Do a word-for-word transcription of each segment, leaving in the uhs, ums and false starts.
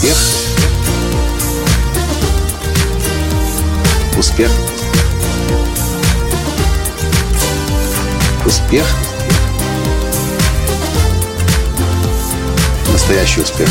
Успех. Успех. Успех. Настоящий успех.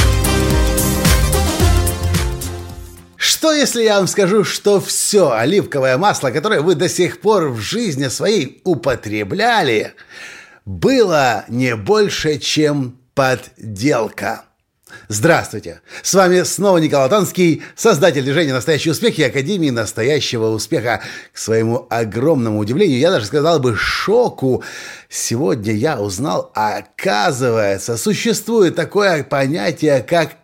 Что, если я вам скажу, что все оливковое масло, которое вы до сих пор в жизни своей употребляли, было не больше, чем подделка? Здравствуйте! С вами снова Николай Танский, создатель движения «Настоящий успех» и Академии настоящего успеха. К своему огромному удивлению, я даже сказал бы шоку, сегодня я узнал, оказывается, существует такое понятие, как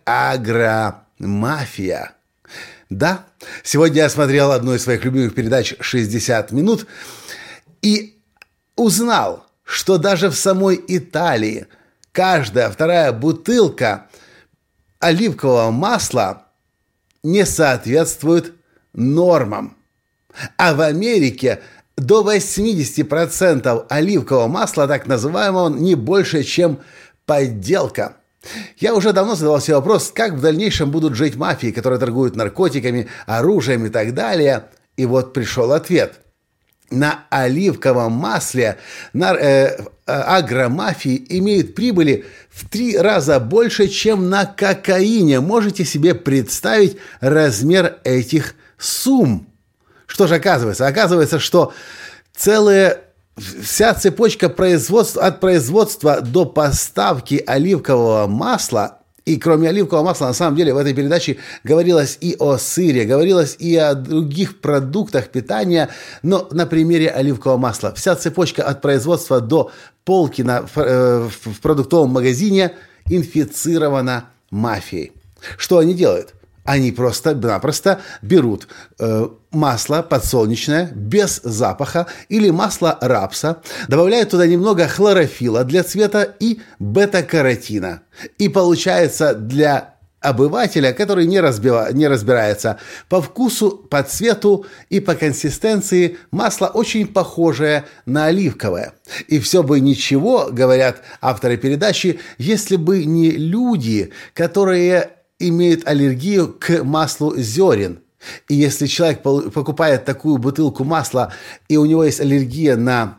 агромафия. Да, сегодня я смотрел одну из своих любимых передач «шестьдесят минут» и узнал, что даже в самой Италии каждая вторая бутылка оливкового масла не соответствует нормам. А в Америке до восемьдесят процентов оливкового масла, так называемого, не больше, чем подделка. Я уже давно задавал себе вопрос, как в дальнейшем будут жить мафии, которые торгуют наркотиками, оружием и так далее. И вот пришел ответ. На оливковом масле на, э, агромафии имеют прибыли в три раза больше, чем на кокаине. Можете себе представить размер этих сумм? Что же оказывается? Оказывается, что целая вся цепочка производства, от производства до поставки оливкового масла. И кроме оливкового масла, на самом деле, в этой передаче говорилось и о сыре, говорилось и о других продуктах питания, но на примере оливкового масла. Вся цепочка от производства до полки на, э, в продуктовом магазине инфицирована мафией. Что они делают? Они просто-напросто берут э, масло подсолнечное без запаха или масло рапса, добавляют туда немного хлорофилла для цвета и бета-каротина. И получается для обывателя, который не, разбива, не разбирается, по вкусу, по цвету и по консистенции масло очень похожее на оливковое. И все бы ничего, говорят авторы передачи, если бы не люди, которые имеют аллергию к маслу зерен. И если человек покупает такую бутылку масла, и у него есть аллергия на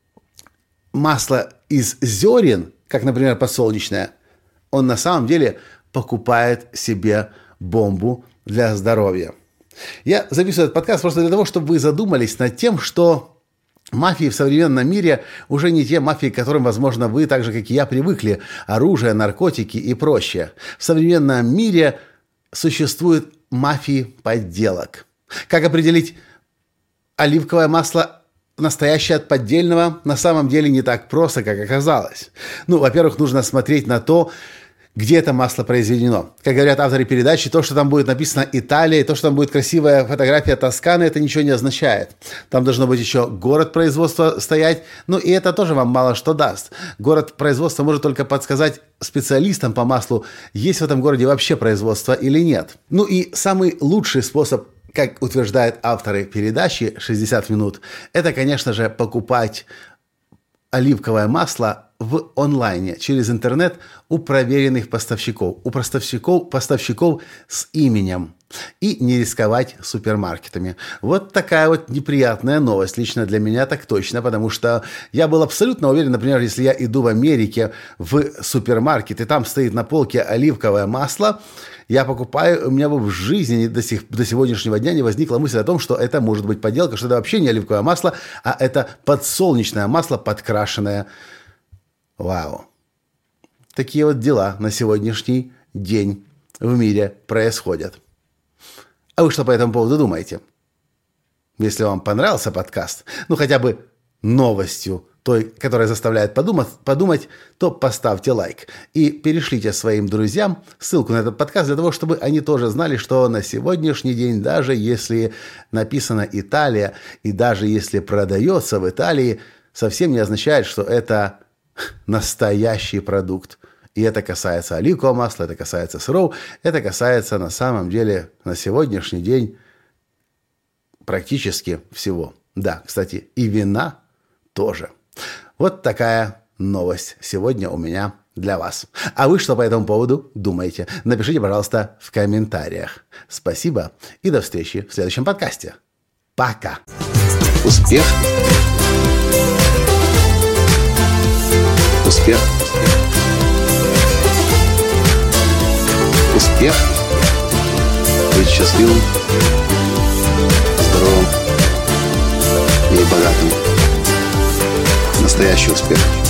масло из зерен, как, например, подсолнечное, он на самом деле покупает себе бомбу для здоровья. Я записываю этот подкаст просто для того, чтобы вы задумались над тем, что мафии в современном мире уже не те мафии, к которым, возможно, вы, так же, как и я, привыкли. Оружие, наркотики и прочее. В современном мире существует мафии подделок. Как определить оливковое масло настоящее от поддельного? На самом деле не так просто, как оказалось. Ну, во-первых, нужно смотреть на то, где это масло произведено. Как говорят авторы передачи, то, что там будет написано «Италия», то, что там будет красивая фотография Тосканы, это ничего не означает. Там должно быть еще город производства стоять, ну и это тоже вам мало что даст. Город производства может только подсказать специалистам по маслу, есть в этом городе вообще производство или нет. Ну и самый лучший способ, как утверждают авторы передачи «шестьдесят минут», это, конечно же, покупать оливковое масло в онлайне, через интернет у проверенных поставщиков, у поставщиков, поставщиков с именем, и не рисковать супермаркетами. Вот такая вот неприятная новость, лично для меня так точно, потому что я был абсолютно уверен, например, если я иду в Америке в супермаркет, и там стоит на полке оливковое масло, я покупаю, у меня бы в жизни до, сих, до сегодняшнего дня не возникла мысль о том, что это может быть подделка, что это вообще не оливковое масло, а это подсолнечное масло, подкрашенное. Вау. Такие вот дела на сегодняшний день в мире происходят. А вы что по этому поводу думаете? Если вам понравился подкаст, ну хотя бы новостью той, которая заставляет подумать, подумать, то поставьте лайк и перешлите своим друзьям ссылку на этот подкаст для того, чтобы они тоже знали, что на сегодняшний день, даже если написано «Италия» и даже если продается в Италии, совсем не означает, что это настоящий продукт. И это касается оливкового масла, это касается сыров, это касается на самом деле на сегодняшний день практически всего. Да, кстати, и вина тоже. Вот такая новость сегодня у меня для вас. А вы что по этому поводу думаете? Напишите, пожалуйста, в комментариях. Спасибо и до встречи в следующем подкасте. Пока. Успех. Успех. Успех. Быть счастливым, здоровым и богатым. Настоящий успех.